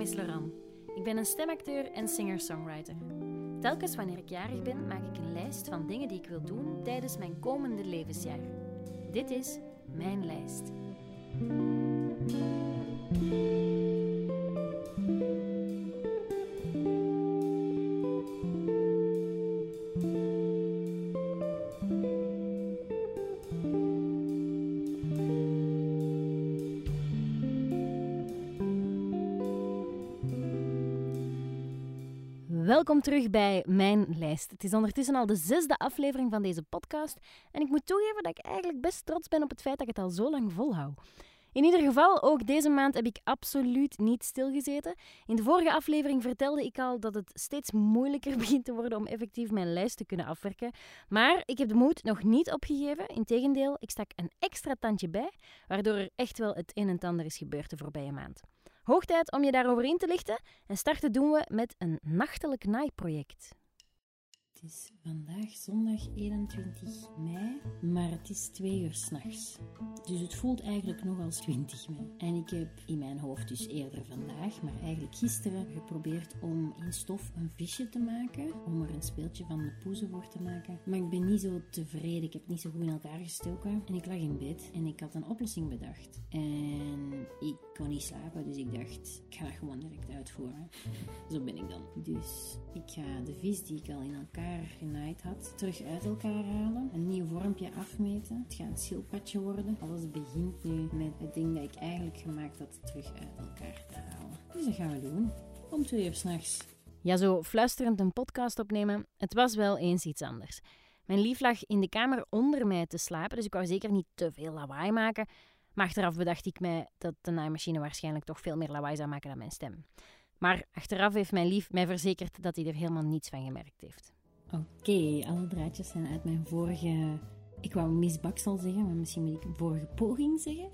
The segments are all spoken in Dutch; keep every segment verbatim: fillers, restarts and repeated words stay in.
is Laurent. Ik ben een stemacteur en singer-songwriter. Telkens wanneer ik jarig ben, maak ik een lijst van dingen die ik wil doen tijdens mijn komende levensjaar. Dit is mijn lijst. Welkom terug bij Mijn Lijst. Het is ondertussen al de zesde aflevering van deze podcast en ik moet toegeven dat ik eigenlijk best trots ben op het feit dat ik het al zo lang volhoud. In ieder geval, ook deze maand heb ik absoluut niet stilgezeten. In de vorige aflevering vertelde ik al dat het steeds moeilijker begint te worden om effectief mijn lijst te kunnen afwerken. Maar ik heb de moed nog niet opgegeven. Integendeel, ik stak een extra tandje bij, waardoor er echt wel het een en het ander is gebeurd de voorbije maand. Hoog tijd om je daarover in te lichten en starten doen we met een nachtelijk naaiproject. Het is vandaag zondag eenentwintig mei, maar het is twee uur 's nachts. Dus het voelt eigenlijk nog als twintig mei. En ik heb in mijn hoofd dus eerder vandaag, maar eigenlijk gisteren, geprobeerd om in stof een visje te maken. Om er een speeltje van de poezen voor te maken. Maar ik ben niet zo tevreden, ik heb het niet zo goed in elkaar gestoken. En ik lag in bed en ik had een oplossing bedacht. En ik kon niet slapen, dus ik dacht, ik ga dat gewoon direct uitvoeren. Zo ben ik dan. Dus ik ga de vis die ik al in elkaar genaaid had, terug uit elkaar halen. Een nieuw vormpje afmeten. Het gaat een schildpadje worden. Alles begint nu met het ding dat ik eigenlijk gemaakt had terug uit elkaar te halen. Dus dat gaan we doen. Om twee uur 's nachts. Ja, zo fluisterend een podcast opnemen, het was wel eens iets anders. Mijn lief lag in de kamer onder mij te slapen, dus ik wou zeker niet te veel lawaai maken. Maar achteraf bedacht ik mij dat de naaimachine waarschijnlijk toch veel meer lawaai zou maken dan mijn stem. Maar achteraf heeft mijn lief mij verzekerd dat hij er helemaal niets van gemerkt heeft. Oké, okay, alle draadjes zijn uit mijn vorige... Ik wou misbaksel zeggen, maar misschien moet ik vorige poging zeggen.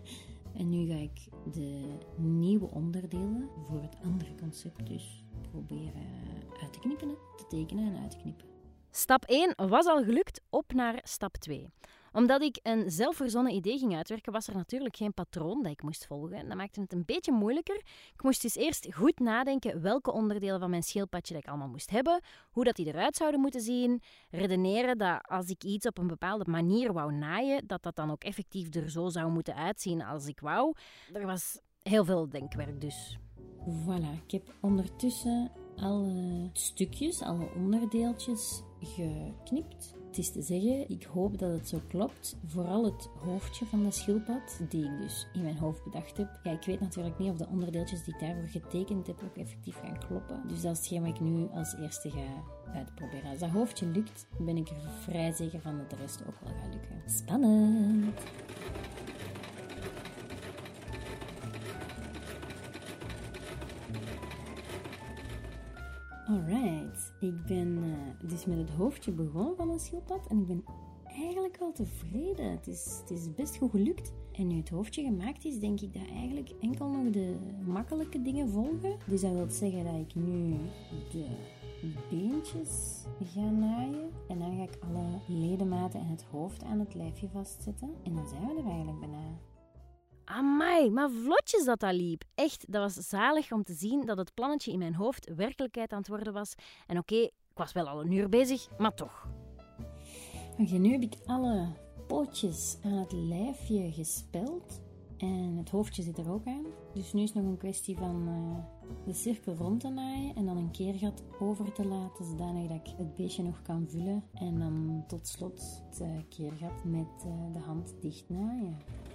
En nu ga ik de nieuwe onderdelen voor het andere concept dus proberen uit te knippen, te tekenen en uit te knippen. Stap één was al gelukt, op naar stap twee. Omdat ik een zelfverzonnen idee ging uitwerken, was er natuurlijk geen patroon dat ik moest volgen. Dat maakte het een beetje moeilijker. Ik moest dus eerst goed nadenken welke onderdelen van mijn schildpadje dat ik allemaal moest hebben, hoe dat die eruit zouden moeten zien, redeneren dat als ik iets op een bepaalde manier wou naaien, dat dat dan ook effectief er zo zou moeten uitzien als ik wou. Er was heel veel denkwerk dus. Voilà, ik heb ondertussen alle stukjes, alle onderdeeltjes geknipt. Het is te zeggen, ik hoop dat het zo klopt. Vooral het hoofdje van de schildpad, die ik dus in mijn hoofd bedacht heb. Ja, ik weet natuurlijk niet of de onderdeeltjes die ik daarvoor getekend heb ook effectief gaan kloppen. Dus dat is hetgeen wat ik nu als eerste ga uitproberen. Als dat hoofdje lukt, ben ik er vrij zeker van dat de rest ook wel gaat lukken. Spannend! Alright, ik ben uh, dus met het hoofdje begonnen van een schildpad en ik ben eigenlijk wel tevreden. Het is, het is best goed gelukt. En nu het hoofdje gemaakt is, denk ik dat eigenlijk enkel nog de makkelijke dingen volgen. Dus dat wil zeggen dat ik nu de beentjes ga naaien. En dan ga ik alle ledematen en het hoofd aan het lijfje vastzetten. En dan zijn we er eigenlijk bijna. Amai, maar vlotjes dat dat liep. Echt, dat was zalig om te zien dat het plannetje in mijn hoofd werkelijkheid aan het worden was. En oké, okay, ik was wel al een uur bezig, maar toch. Oké, nu heb ik alle pootjes aan het lijfje gespeld. En het hoofdje zit er ook aan. Dus nu is het nog een kwestie van uh, de cirkel rond te naaien. En dan een keergat over te laten, zodanig dat ik het beestje nog kan vullen. En dan tot slot het uh, keergat met uh, de hand dicht naaien.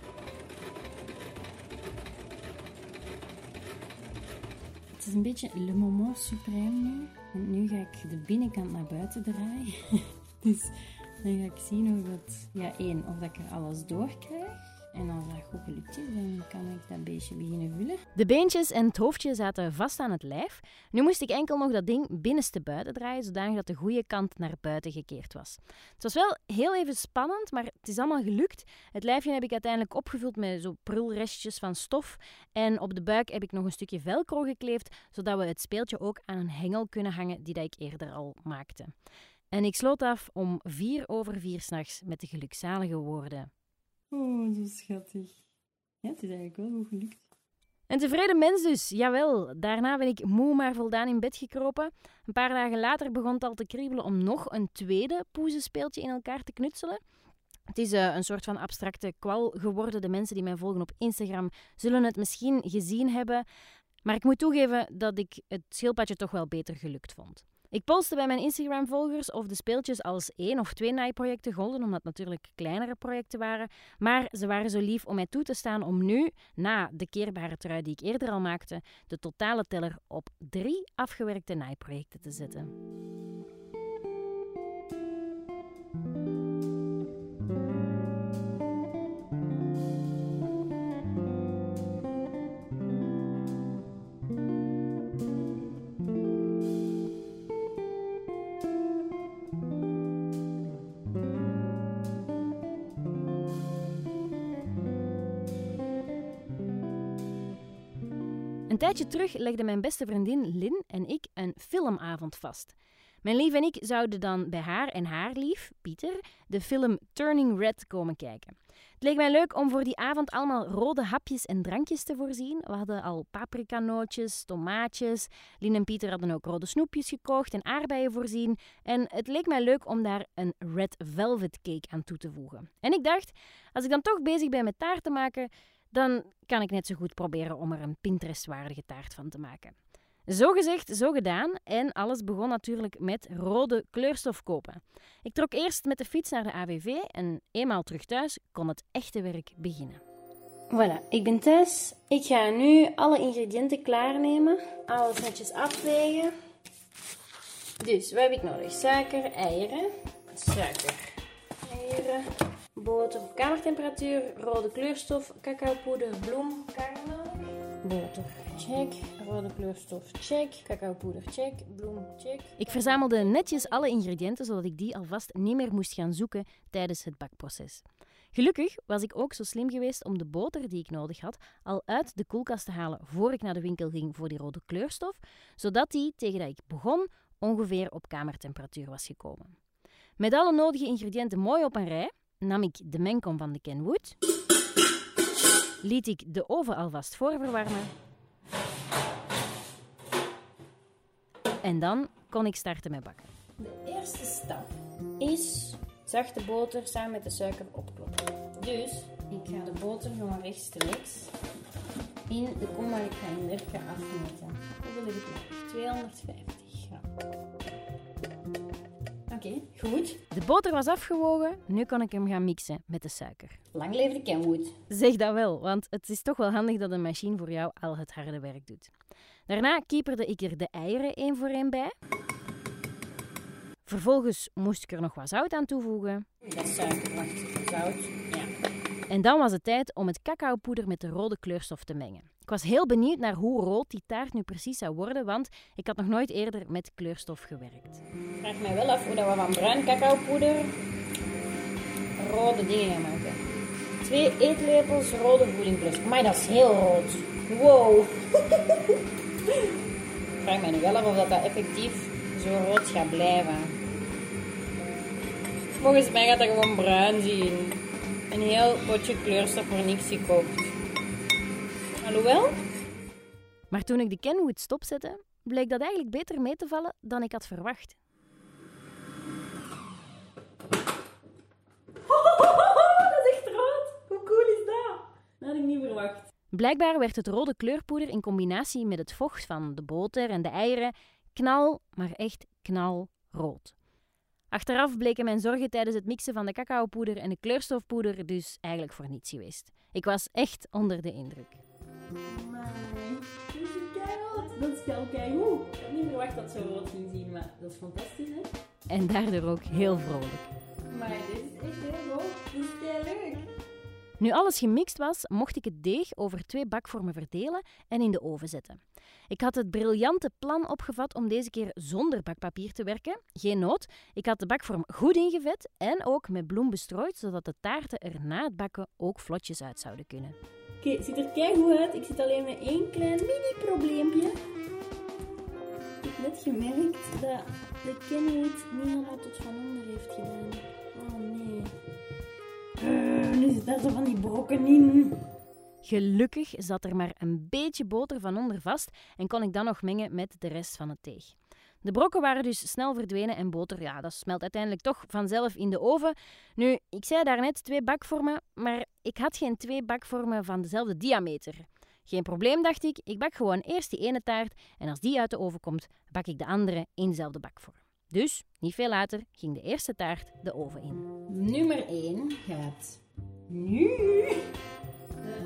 Het is een beetje le moment suprême nu. Want nu ga ik de binnenkant naar buiten draaien. Dus dan ga ik zien of dat... Ja, één, of dat ik er alles door krijg. En als dat goed gelukt is, dan kan ik dat beestje beginnen vullen. De beentjes en het hoofdje zaten vast aan het lijf. Nu moest ik enkel nog dat ding binnenste buiten draaien, zodanig dat de goede kant naar buiten gekeerd was. Het was wel heel even spannend, maar het is allemaal gelukt. Het lijfje heb ik uiteindelijk opgevuld met zo prulrestjes van stof. En op de buik heb ik nog een stukje velcro gekleefd, zodat we het speeltje ook aan een hengel kunnen hangen die dat ik eerder al maakte. En ik sloot af om vier over vier 's nachts met de gelukzalige woorden. Oh, zo schattig. Ja, het is eigenlijk wel goed gelukt. Een tevreden mens dus, jawel. Daarna ben ik moe maar voldaan in bed gekropen. Een paar dagen later begon het al te kriebelen om nog een tweede poezenspeeltje in elkaar te knutselen. Het is uh, een soort van abstracte kwal geworden. De mensen die mij volgen op Instagram zullen het misschien gezien hebben. Maar ik moet toegeven dat ik het schildpadje toch wel beter gelukt vond. Ik postte bij mijn Instagram-volgers of de speeltjes als één of twee naaiprojecten golden, omdat het natuurlijk kleinere projecten waren. Maar ze waren zo lief om mij toe te staan om nu, na de keerbare trui die ik eerder al maakte, de totale teller op drie afgewerkte naaiprojecten te zetten. Een tijdje terug legden mijn beste vriendin Lynn en ik een filmavond vast. Mijn lief en ik zouden dan bij haar en haar lief, Pieter, de film Turning Red komen kijken. Het leek mij leuk om voor die avond allemaal rode hapjes en drankjes te voorzien. We hadden al paprikanootjes, tomaatjes. Lynn en Pieter hadden ook rode snoepjes gekocht en aardbeien voorzien. En het leek mij leuk om daar een red velvet cake aan toe te voegen. En ik dacht, als ik dan toch bezig ben met taart te maken, dan kan ik net zo goed proberen om er een Pinterest-waardige taart van te maken. Zo gezegd, zo gedaan. En alles begon natuurlijk met rode kleurstof kopen. Ik trok eerst met de fiets naar de A W V en eenmaal terug thuis kon het echte werk beginnen. Voilà, ik ben thuis. Ik ga nu alle ingrediënten klaarnemen. Alles netjes afwegen. Dus, wat heb ik nodig? Suiker, eieren. Suiker, eieren, boter op kamertemperatuur, rode kleurstof, cacaopoeder, bloem, karmel. Boter, check. Rode kleurstof, check. Cacaopoeder, check. Bloem, check. Ik verzamelde netjes alle ingrediënten, zodat ik die alvast niet meer moest gaan zoeken tijdens het bakproces. Gelukkig was ik ook zo slim geweest om de boter die ik nodig had al uit de koelkast te halen voor ik naar de winkel ging voor die rode kleurstof, zodat die, tegen dat ik begon, ongeveer op kamertemperatuur was gekomen. Met alle nodige ingrediënten mooi op een rij nam ik de mengkom van de Kenwood, liet ik de oven alvast voorverwarmen en dan kon ik starten met bakken. De eerste stap is zachte boter samen met de suiker opkloppen. Dus ik ga de boter gewoon rechtstreeks in de kom waar ik ga in werken afmeten. Hoeveel heb ik nodig? tweehonderdvijftig gram. Oké, okay, goed. De boter was afgewogen, nu kon ik hem gaan mixen met de suiker. Lang leef de Kenwood. Zeg dat wel, want het is toch wel handig dat een machine voor jou al het harde werk doet. Daarna kieperde ik er de eieren één voor één bij. Vervolgens moest ik er nog wat zout aan toevoegen. Dat suiker, wacht, zout, ja. En dan was het tijd om het cacaopoeder met de rode kleurstof te mengen. Ik was heel benieuwd naar hoe rood die taart nu precies zou worden, want ik had nog nooit eerder met kleurstof gewerkt. Ik vraag mij wel af hoe dat we van bruin cacaopoeder rode dingen gaan maken. Twee eetlepels rode voeding plus. Maar dat is heel rood. Wow. Ik vraag mij nu wel af of dat, dat effectief zo rood gaat blijven. Volgens mij gaat dat gewoon bruin zien. Een heel potje kleurstof voor niks gekookt. Alhoewel. Maar toen ik de Kenwood stopzette, bleek dat eigenlijk beter mee te vallen dan ik had verwacht. Dat is echt rood. Hoe cool is dat? Dat had ik niet verwacht. Blijkbaar werd het rode kleurpoeder in combinatie met het vocht van de boter en de eieren knal, maar echt knalrood. Achteraf bleken mijn zorgen tijdens het mixen van de cacaopoeder en de kleurstofpoeder dus eigenlijk voor niets geweest. Ik was echt onder de indruk. Maar, dat is keihard. Dat is wel keigoed. Ik had niet verwacht dat het zo rood ging zien, maar dat is fantastisch, hè? En daardoor ook heel vrolijk. Maar dit is echt heel rood. Dit is keileuk. Nu alles gemixt was, mocht ik het deeg over twee bakvormen verdelen en in de oven zetten. Ik had het briljante plan opgevat om deze keer zonder bakpapier te werken. Geen nood. Ik had de bakvorm goed ingevet en ook met bloem bestrooid, zodat de taarten er na het bakken ook vlotjes uit zouden kunnen. Oké, okay, het ziet er keigoed uit. Ik zit alleen met één klein mini-probleempje. Ik heb net gemerkt dat de Kenwood niet helemaal tot van onder heeft gedaan. Oh nee. Uh, nu zit daar zo van die brokken in. Gelukkig zat er maar een beetje boter van onder vast en kon ik dan nog mengen met de rest van het deeg. De brokken waren dus snel verdwenen en boter, ja, dat smelt uiteindelijk toch vanzelf in de oven. Nu, ik zei daarnet twee bakvormen, maar ik had geen twee bakvormen van dezelfde diameter. Geen probleem, dacht ik. Ik bak gewoon eerst die ene taart en als die uit de oven komt, bak ik de andere in dezelfde bakvorm. Dus, niet veel later, ging de eerste taart de oven in. Nummer één gaat nu de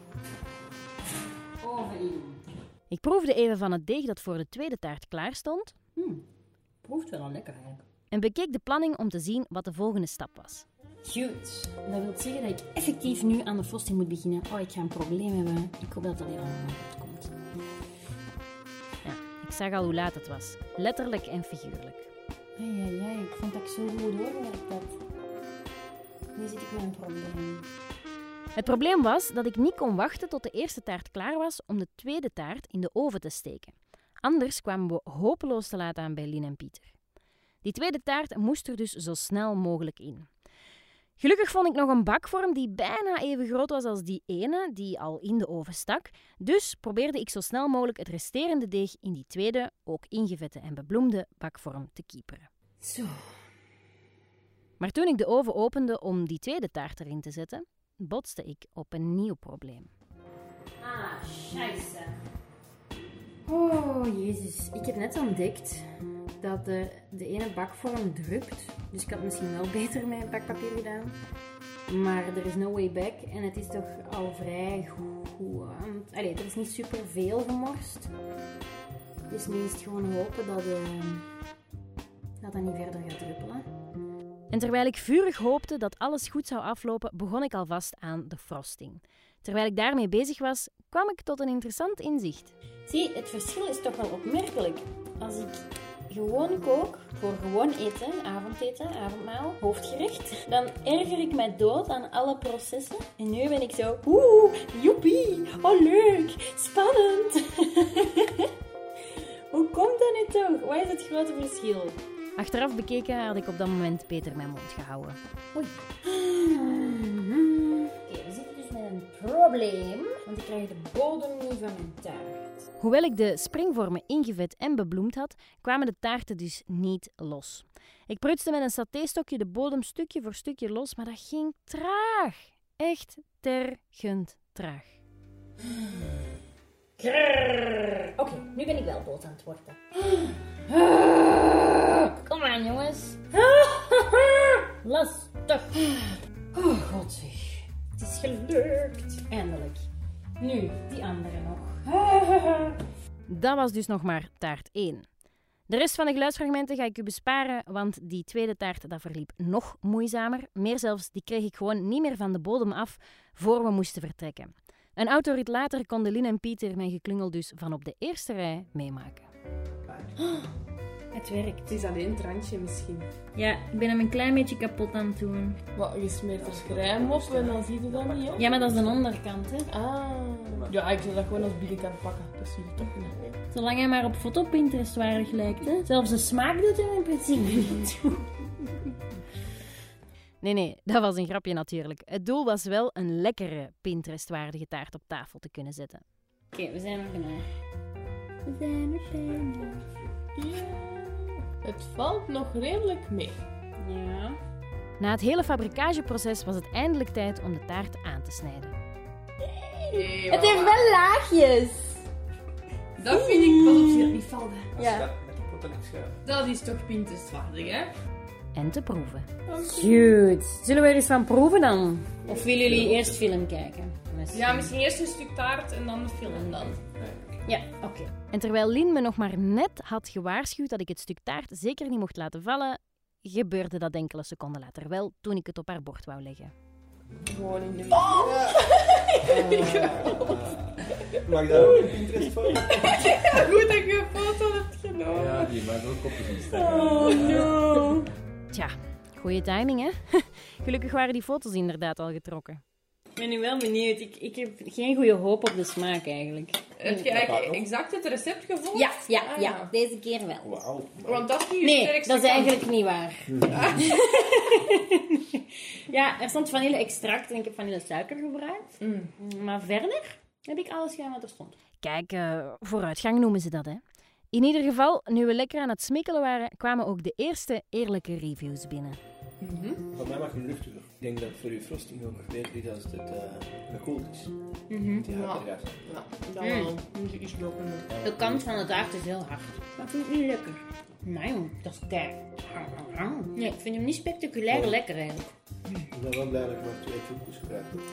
oven in. Ik proefde even van het deeg dat voor de tweede taart klaar stond. Hmm, proeft wel al lekker eigenlijk. En bekeek de planning om te zien wat de volgende stap was. Goed, dat wil zeggen dat ik effectief nu aan de frosting moet beginnen. Oh, ik ga een probleem hebben. Ik hoop dat dat hier allemaal goed komt. Ja, ik zag al hoe laat het was. Letterlijk en figuurlijk. Ai, ai, ai, ik vond dat ik zo goed doorgewerkt had. Nu zit ik met een probleem. Het probleem was dat ik niet kon wachten tot de eerste taart klaar was om de tweede taart in de oven te steken. Anders kwamen we hopeloos te laat aan bij Lien en Pieter. Die tweede taart moest er dus zo snel mogelijk in. Gelukkig vond ik nog een bakvorm die bijna even groot was als die ene die al in de oven stak. Dus probeerde ik zo snel mogelijk het resterende deeg in die tweede, ook ingevette en bebloemde bakvorm te kieperen. Zo. Maar toen ik de oven opende om die tweede taart erin te zetten, botste ik op een nieuw probleem. Ah, scheisse. Oh, jezus. Ik heb net ontdekt dat de, de ene bakvorm drupt. Dus ik had misschien wel beter met bakpapier gedaan. Maar er is no way back. En het is toch al vrij goed. Allee, er is niet super veel gemorst. Dus nu is het gewoon hopen dat, uh, dat dat niet verder gaat druppelen. En terwijl ik vurig hoopte dat alles goed zou aflopen, begon ik alvast aan de frosting. Terwijl ik daarmee bezig was, kwam ik tot een interessant inzicht. Zie, het verschil is toch wel opmerkelijk. Als ik gewoon kook, voor gewoon eten, avondeten, avondmaal, hoofdgerecht, dan erger ik mij dood aan alle processen. En nu ben ik zo, oeh, joepie, oh leuk, spannend. Hoe komt dat nu toch? Wat is het grote verschil? Achteraf bekeken had ik op dat moment beter mijn mond gehouden. Oei. Oké, we zitten dus met een probleem, want ik krijg de bodem niet van mijn taart. Hoewel ik de springvormen ingevet en bebloemd had, kwamen de taarten dus niet los. Ik prutste met een satestokje de bodem stukje voor stukje los, maar dat ging traag. Echt tergend traag. Oké, okay, nu ben ik wel boos aan het worden. Kom aan, jongens. Lastig. Oh, god zeg. Het is gelukt. Eindelijk. Nu, die andere nog. Dat was dus nog maar taart één. De rest van de geluidsfragmenten ga ik u besparen, want die tweede taart dat verliep nog moeizamer. Meer zelfs, die kreeg ik gewoon niet meer van de bodem af voor we moesten vertrekken. Een autorit later konden Lien en Pieter mijn geklungel dus van op de eerste rij meemaken. Het werkt. Het is alleen het randje misschien. Ja, ik ben hem een klein beetje kapot aan het doen. Wat, je smeert er schrijm op en dan zie je dat niet, hè? Ja, maar dat is de onderkant, hè. Ah. Ja, ik zou dat gewoon als binnenkant pakken. Dat zie je toch niet. Zolang hij maar op foto Pinterest waardig lijkt, hè. Zelfs de smaak doet hem in principe niet toe. Nee, nee, dat was een grapje natuurlijk. Het doel was wel een lekkere Pinterest-waardige taart op tafel te kunnen zetten. Oké, okay, we zijn er bijna. We zijn er bijna. Ja, het valt nog redelijk mee. Ja. Na het hele fabrikageproces was het eindelijk tijd om de taart aan te snijden. Hey, het heeft wel laagjes. Dat vind ik wel op zich niet vallen. Ja. Dat is toch Pinterest-waardig, hè? En te proeven. Goed. Zullen we er eens van proeven dan? Of willen jullie eerst film kijken? Misschien. Ja, misschien eerst een stuk taart en dan de film dan. Ja, oké. Okay. En terwijl Lien me nog maar net had gewaarschuwd dat ik het stuk taart zeker niet mocht laten vallen, gebeurde dat enkele seconden later wel toen ik het op haar bord wou leggen. Gewoon in de... Oh! Mag ik daar ook een Pinterest voor? Goed dat je een foto hebt genomen. Ja, die mag ook op de staan. Oh no. Tja, goeie timing hè? Gelukkig waren die foto's inderdaad al getrokken. Ik ben nu wel benieuwd. Ik, ik heb geen goede hoop op de smaak eigenlijk. Heb je Dat gaat eigenlijk nog. exact het recept gevolgd? Ja, ja, Ah, ja, deze keer wel. Wauw. Want dat is niet je Nee, sterkste dat is kant. eigenlijk niet waar. Ja, er stond vanille-extract en ik heb vanille-suiker gebruikt. Mm. Maar verder heb ik alles gedaan wat er stond. Kijk, uh, vooruitgang noemen ze dat, hè. In ieder geval, nu we lekker aan het smikkelen waren, kwamen ook de eerste eerlijke reviews binnen. Mm-hmm. Van mij mag je luchtiger. Ik denk dat voor je frosting ook beter is als het uh, gekoeld is. Mm-hmm. Die Ja. harder gaat. Ja, dat Mm. wel. Moet je iets brokken doen. De kant van de taart is heel hard. Dat vind ik niet lekker. Nee, jong, dat is kei. Nee, ik vind hem niet spectaculair Nee. lekker eigenlijk. Ik ben wel blij dat ik maar twee chocos gebruikt heb.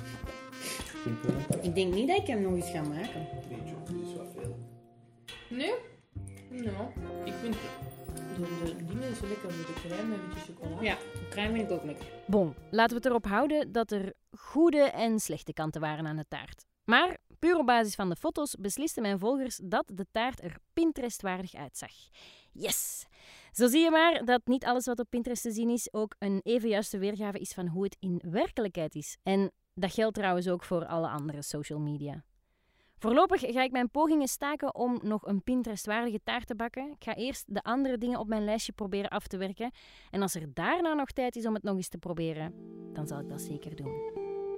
Ik denk niet dat ik hem nog eens ga maken. Drie chocos is wat veel. Nee? Nou, ik vind de, de dingen zo lekker met de crème en een beetje chocola. Ja, de crème vind ik ook lekker. Bon, laten we het erop houden dat er goede en slechte kanten waren aan de taart. Maar, puur op basis van de foto's, beslisten mijn volgers dat de taart er Pinterest-waardig uitzag. Yes! Zo zie je maar dat niet alles wat op Pinterest te zien is ook een even juiste weergave is van hoe het in werkelijkheid is. En dat geldt trouwens ook voor alle andere social media. Voorlopig ga ik mijn pogingen staken om nog een Pinterest-waardige taart te bakken. Ik ga eerst de andere dingen op mijn lijstje proberen af te werken. En als er daarna nog tijd is om het nog eens te proberen, dan zal ik dat zeker doen.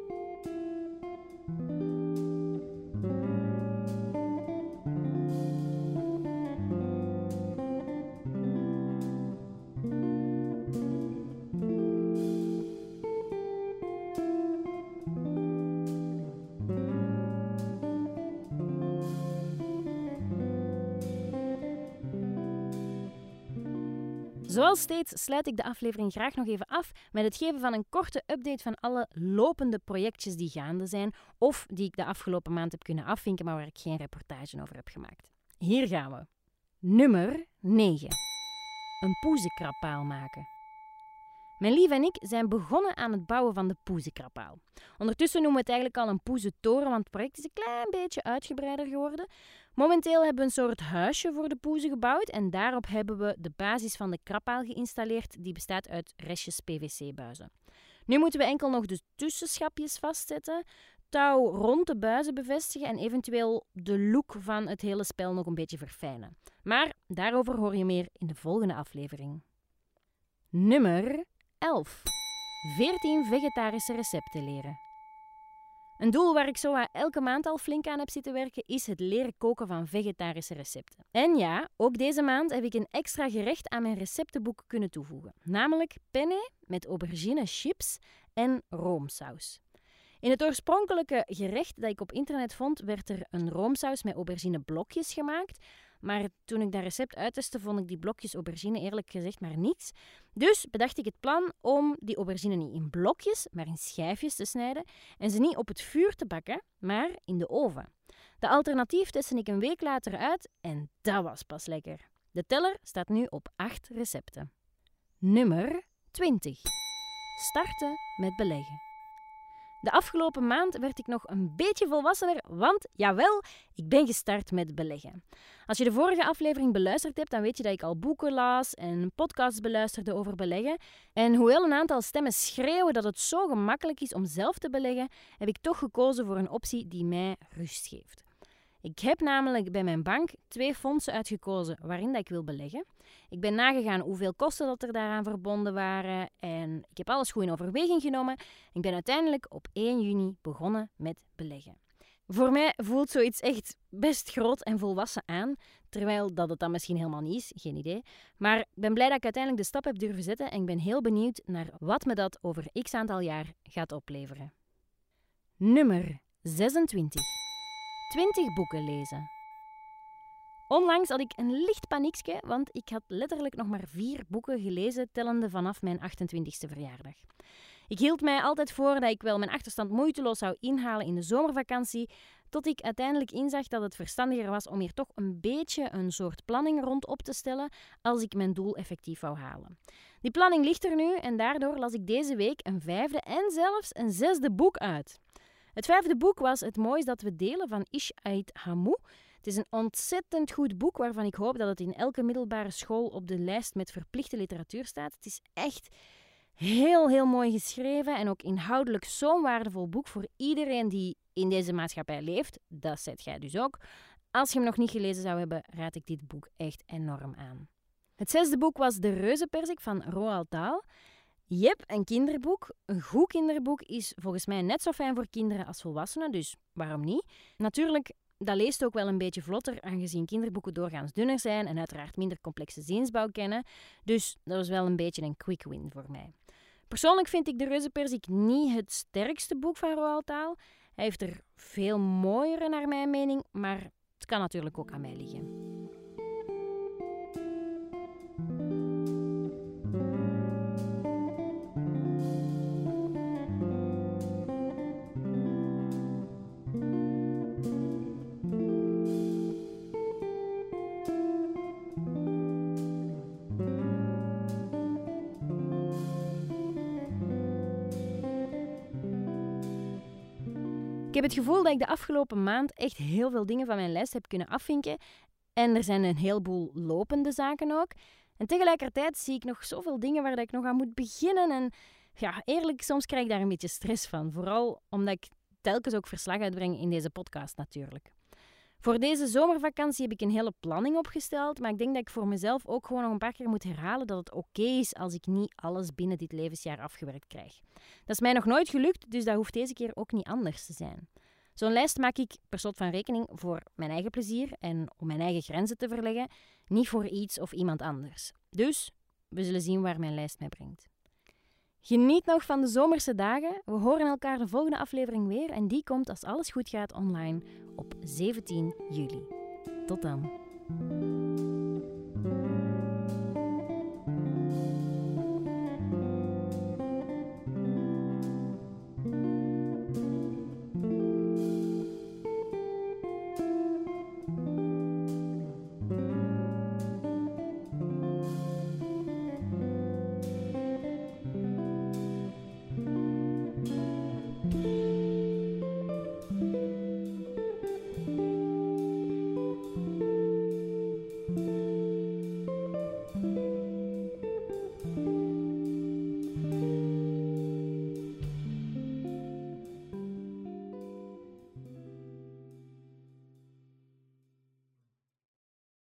Zoals steeds sluit ik de aflevering graag nog even af met het geven van een korte update van alle lopende projectjes die gaande zijn of die ik de afgelopen maand heb kunnen afvinken, maar waar ik geen reportage over heb gemaakt. Hier gaan we. Nummer negen. Een poezenkrabpaal maken. Mijn lief en ik zijn begonnen aan het bouwen van de poezenkrabpaal. Ondertussen noemen we het eigenlijk al een poezentoren, want het project is een klein beetje uitgebreider geworden. Momenteel hebben we een soort huisje voor de poezen gebouwd en daarop hebben we de basis van de krabpaal geïnstalleerd, die bestaat uit restjes P V C-buizen. Nu moeten we enkel nog de tussenschapjes vastzetten, touw rond de buizen bevestigen en eventueel de look van het hele spel nog een beetje verfijnen. Maar daarover hoor je meer in de volgende aflevering. Nummer elf. veertien vegetarische recepten leren. Een doel waar ik zo elke maand al flink aan heb zitten werken is het leren koken van vegetarische recepten. En ja, ook deze maand heb ik een extra gerecht aan mijn receptenboek kunnen toevoegen. Namelijk penne met aubergine chips en roomsaus. In het oorspronkelijke gerecht dat ik op internet vond, werd er een roomsaus met aubergine blokjes gemaakt. Maar toen ik dat recept uittestte, vond ik die blokjes aubergine eerlijk gezegd maar niets. Dus bedacht ik het plan om die aubergine niet in blokjes, maar in schijfjes te snijden en ze niet op het vuur te bakken, maar in de oven. De alternatief testte ik een week later uit en dat was pas lekker. De teller staat nu op acht recepten. Nummer twintig. Starten met beleggen. De afgelopen maand werd ik nog een beetje volwassener, want jawel, ik ben gestart met beleggen. Als je de vorige aflevering beluisterd hebt, dan weet je dat ik al boeken las en podcasts beluisterde over beleggen. En hoewel een aantal stemmen schreeuwen dat het zo gemakkelijk is om zelf te beleggen, heb ik toch gekozen voor een optie die mij rust geeft. Ik heb namelijk bij mijn bank twee fondsen uitgekozen waarin dat ik wil beleggen. Ik ben nagegaan hoeveel kosten dat er daaraan verbonden waren en ik heb alles goed in overweging genomen. Ik ben uiteindelijk op één juni begonnen met beleggen. Voor mij voelt zoiets echt best groot en volwassen aan, terwijl dat het dan misschien helemaal niet is, geen idee. Maar ik ben blij dat ik uiteindelijk de stap heb durven zetten en ik ben heel benieuwd naar wat me dat over x aantal jaar gaat opleveren. Nummer zesentwintig. twintig boeken lezen. Onlangs had ik een licht paniekje, want ik had letterlijk nog maar vier boeken gelezen, tellende vanaf mijn achtentwintigste verjaardag. Ik hield mij altijd voor dat ik wel mijn achterstand moeiteloos zou inhalen in de zomervakantie, tot ik uiteindelijk inzag dat het verstandiger was om hier toch een beetje een soort planning rond op te stellen als ik mijn doel effectief wou halen. Die planning ligt er nu en daardoor las ik deze week een vijfde en zelfs een zesde boek uit. Het vijfde boek was Het Moois dat we delen van Ish Ait Hamou. Het is een ontzettend goed boek waarvan ik hoop dat het in elke middelbare school op de lijst met verplichte literatuur staat. Het is echt Heel, heel mooi geschreven en ook inhoudelijk zo'n waardevol boek voor iedereen die in deze maatschappij leeft. Dat zet jij dus ook. Als je hem nog niet gelezen zou hebben, raad ik dit boek echt enorm aan. Het zesde boek was De Reuzenperzik van Roald Dahl. Jep, een kinderboek. Een goed kinderboek is volgens mij net zo fijn voor kinderen als volwassenen, dus waarom niet? Natuurlijk, dat leest ook wel een beetje vlotter, aangezien kinderboeken doorgaans dunner zijn en uiteraard minder complexe zinsbouw kennen. Dus dat was wel een beetje een quick win voor mij. Persoonlijk vind ik De Reuzenperzik niet het sterkste boek van Roald Dahl. Hij heeft er veel mooiere naar mijn mening, maar het kan natuurlijk ook aan mij liggen. Ik heb het gevoel dat ik de afgelopen maand echt heel veel dingen van mijn lijst heb kunnen afvinken. En er zijn een heleboel lopende zaken ook. En tegelijkertijd zie ik nog zoveel dingen waar ik nog aan moet beginnen. En ja, eerlijk, soms krijg ik daar een beetje stress van. Vooral omdat ik telkens ook verslag uitbreng in deze podcast natuurlijk. Voor deze zomervakantie heb ik een hele planning opgesteld. Maar ik denk dat ik voor mezelf ook gewoon nog een paar keer moet herhalen dat het oké is als ik niet alles binnen dit levensjaar afgewerkt krijg. Dat is mij nog nooit gelukt, dus dat hoeft deze keer ook niet anders te zijn. Zo'n lijst maak ik per slot van rekening voor mijn eigen plezier en om mijn eigen grenzen te verleggen, niet voor iets of iemand anders. Dus we zullen zien waar mijn lijst mij brengt. Geniet nog van de zomerse dagen. We horen elkaar de volgende aflevering weer en die komt als alles goed gaat online op zeventien juli. Tot dan.